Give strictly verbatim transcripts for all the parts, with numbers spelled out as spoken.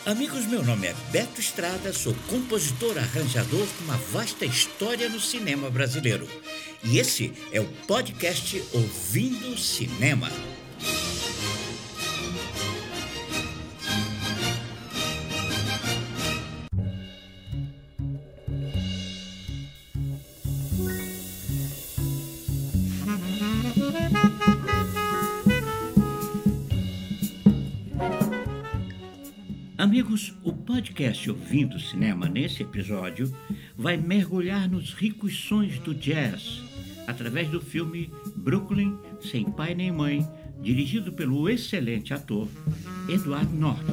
Amigos, meu nome é Beto Estrada, sou compositor arranjador com uma vasta história no cinema brasileiro. E esse é o podcast Ouvindo Cinema. Amigos, o podcast Ouvindo Cinema, nesse episódio, vai mergulhar nos ricos sons do jazz, através do filme Brooklyn, Sem Pai Nem Mãe, dirigido pelo excelente ator Edward Norton.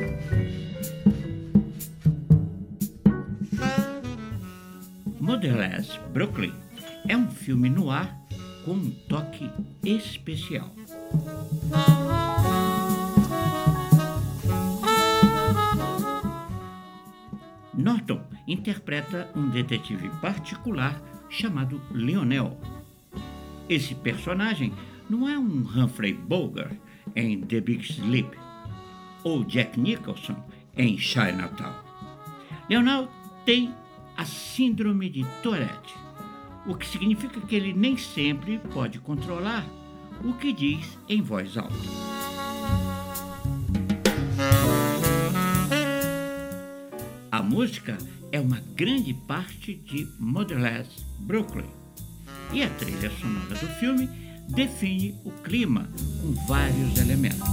Motherless Brooklyn é um filme no ar com um toque especial. Norton interpreta um detetive particular chamado Lionel. Esse personagem não é um Humphrey Bogart em The Big Sleep ou Jack Nicholson em Chinatown. Lionel tem a síndrome de Tourette, o que significa que ele nem sempre pode controlar o que diz em voz alta. A música é uma grande parte de Motherless Brooklyn e a trilha sonora do filme define o clima com vários elementos.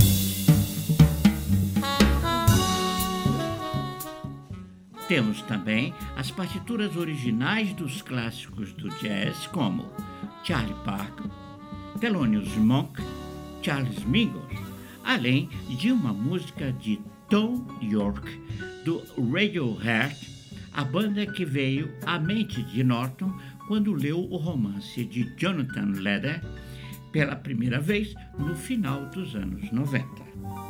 Temos também as partituras originais dos clássicos do jazz como Charlie Parker, Thelonious Monk, Charles Mingus, além de uma música de Thom Yorke do Radiohead, a banda que veio à mente de Norton quando leu o romance de Jonathan Leder pela primeira vez no final dos anos noventa.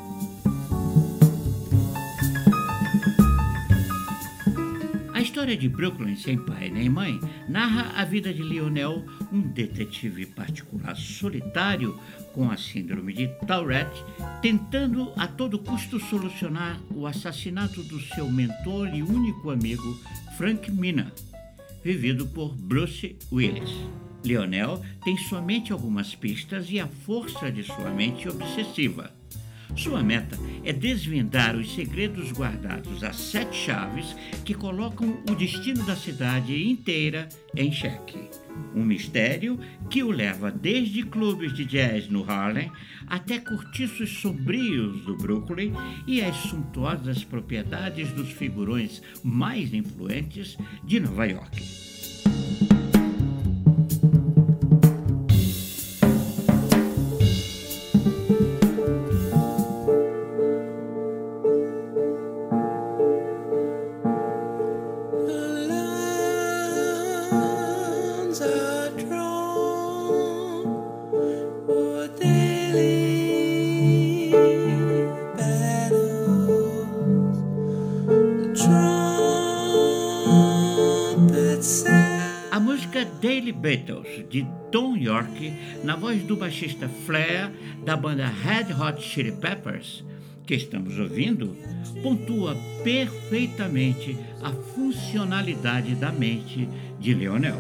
A história de Brooklyn, Sem Pai Nem Mãe, narra a vida de Lionel, um detetive particular solitário com a síndrome de Tourette, tentando a todo custo solucionar o assassinato do seu mentor e único amigo, Frank Minna, vivido por Bruce Willis. Lionel tem somente algumas pistas e a força de sua mente obsessiva. Sua meta é desvendar os segredos guardados a sete chaves que colocam o destino da cidade inteira em xeque. Um mistério que o leva desde clubes de jazz no Harlem até cortiços sombrios do Brooklyn e as suntuosas propriedades dos figurões mais influentes de Nova York. A música Daily Battles, de Thom Yorke, na voz do baixista Flair, da banda Red Hot Chili Peppers, que estamos ouvindo, pontua perfeitamente a funcionalidade da mente de Lionel.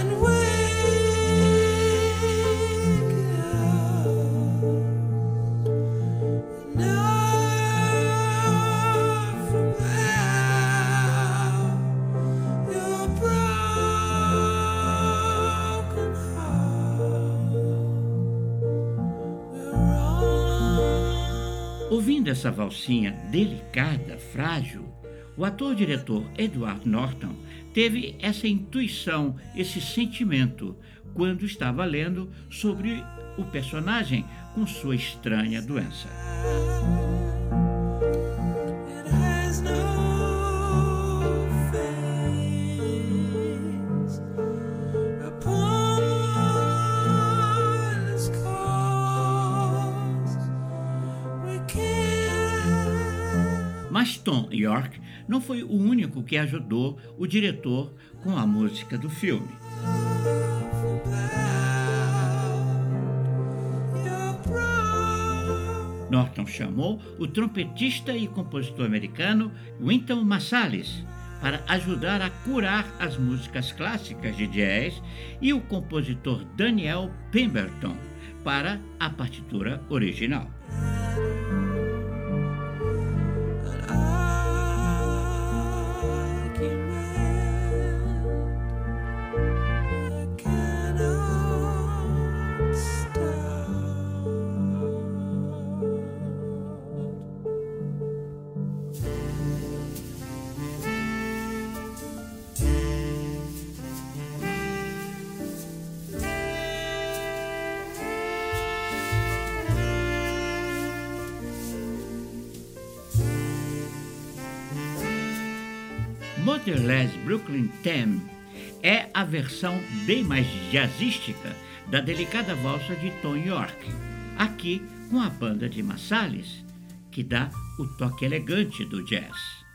Ouvindo essa valsinha delicada, frágil, o ator-diretor Edward Norton teve essa intuição, esse sentimento, quando estava lendo sobre o personagem com sua estranha doença. Mas Thom Yorke não foi o único que ajudou o diretor com a música do filme. Norton chamou o trompetista e compositor americano Wynton Marsalis para ajudar a curar as músicas clássicas de jazz e o compositor Daniel Pemberton para a partitura original. Motorhead's Brooklyn Theme é a versão bem mais jazzística da delicada valsa de Tom York, aqui com a banda de Marsalis, que dá o toque elegante do jazz.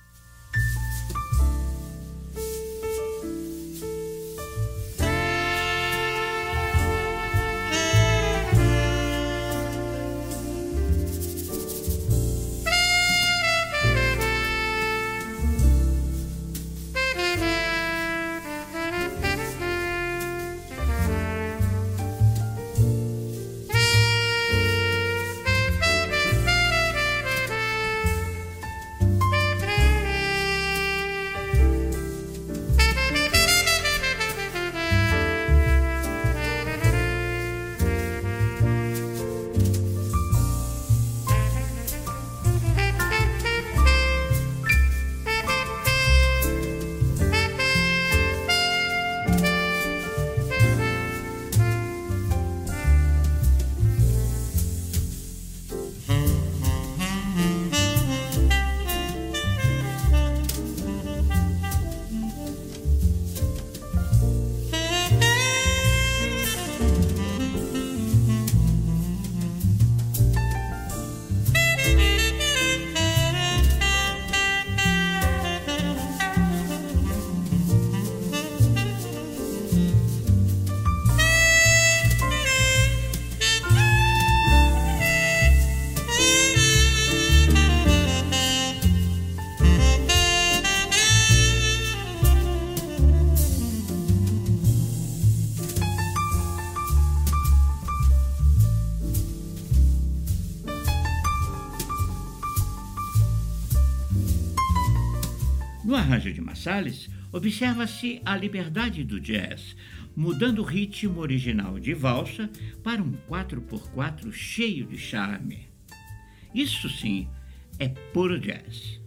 No arranjo de Marsalis, observa-se a liberdade do jazz, mudando o ritmo original de valsa para um quatro por quatro cheio de charme. Isso sim é puro jazz.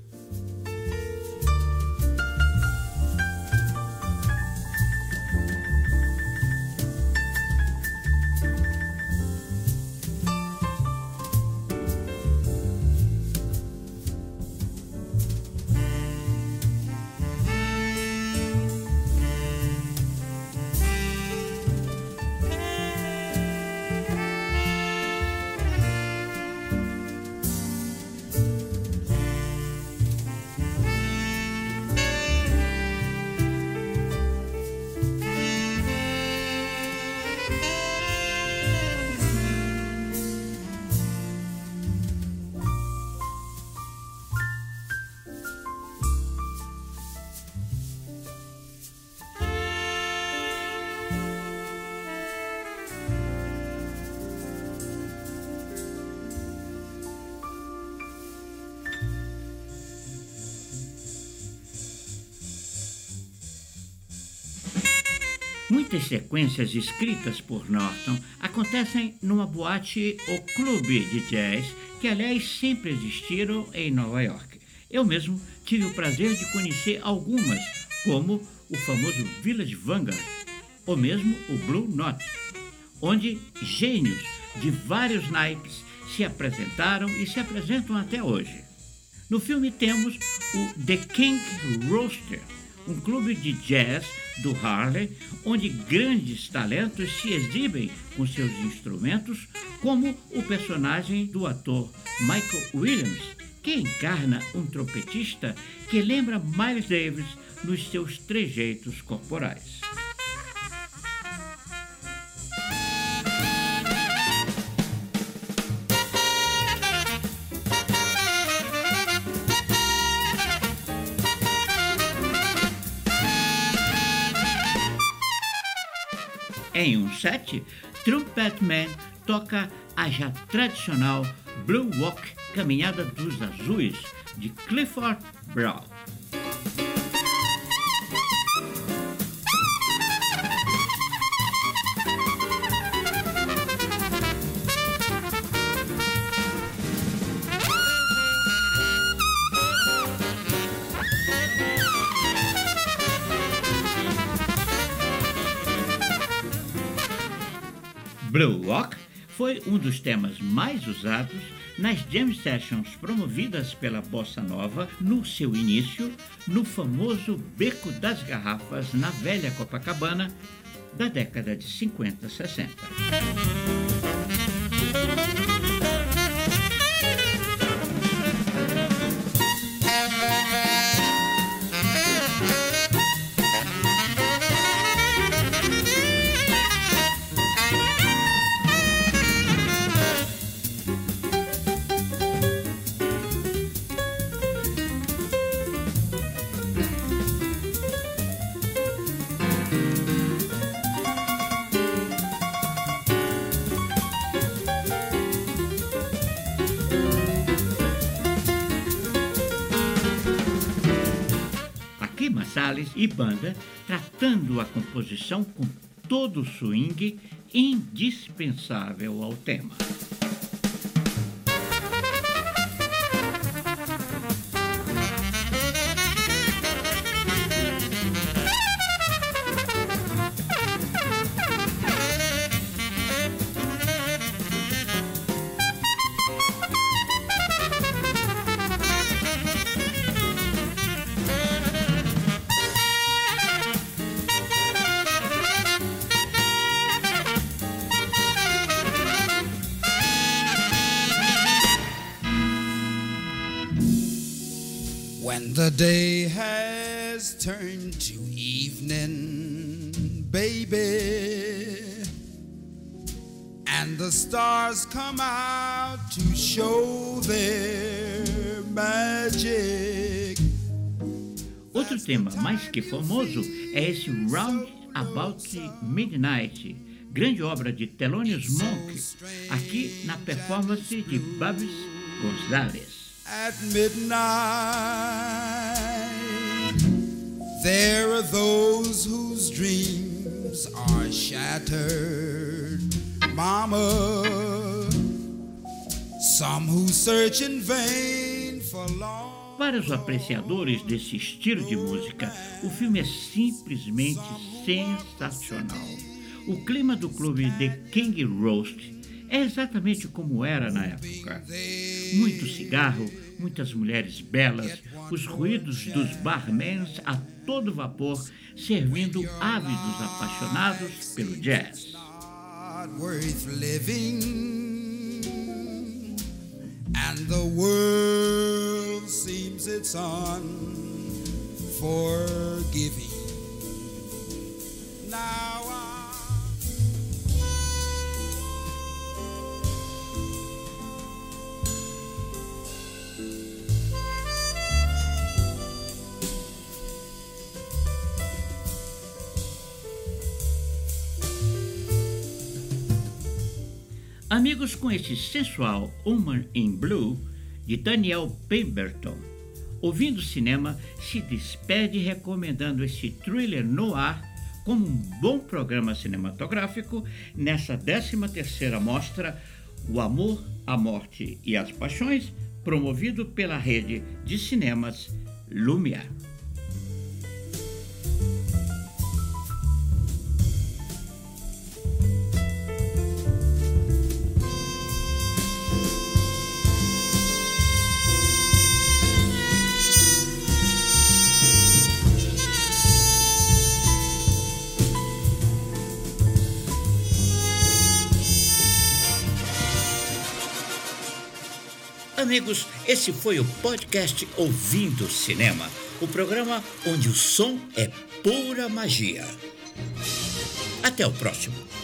Muitas sequências escritas por Norton acontecem numa boate ou clube de jazz que, aliás, sempre existiram em Nova York. Eu mesmo tive o prazer de conhecer algumas, como o famoso Village Vanguard, ou mesmo o Blue Note, onde gênios de vários naipes se apresentaram e se apresentam até hoje. No filme temos o The King Roaster, um clube de jazz do Harlem, onde grandes talentos se exibem com seus instrumentos, como o personagem do ator Michael Williams, que encarna um trompetista que lembra Miles Davis nos seus trejeitos corporais. Em um set, Trumpetman toca a já tradicional Blue Walk, Caminhada dos Azuis, de Clifford Brown. Blue Walk foi um dos temas mais usados nas jam sessions promovidas pela Bossa Nova no seu início, no famoso Beco das Garrafas, na velha Copacabana, da década de cinquenta, sessenta. Salles e banda, tratando a composição com todo o swing indispensável ao tema. When the day has turned to evening, baby, and the stars come out to show their magic. Outro tema mais que famoso é esse Round About Midnight, grande obra de Thelonious Monk, aqui na performance de Babs Gonzalez. At midnight, there are those whose dreams are shattered, mama. Some who search in vain for long. Para os apreciadores desse estilo de música, o filme é simplesmente sensacional. O clima do clube The King Roast é exatamente como era na época. Muito cigarro, muitas mulheres belas, os ruídos dos barmans a todo vapor, servindo ávidos apaixonados pelo jazz. Worth living, and the world seems its unforgiving. Now I Amigos, com esse sensual Woman in Blue, de Daniel Pemberton, Ouvindo Cinema se despede recomendando esse thriller no ar como um bom programa cinematográfico nessa décima terceira mostra O Amor, a Morte e as Paixões, promovido pela rede de cinemas Lumière. Amigos, esse foi o podcast Ouvindo Cinema, o programa onde o som é pura magia. Até o próximo.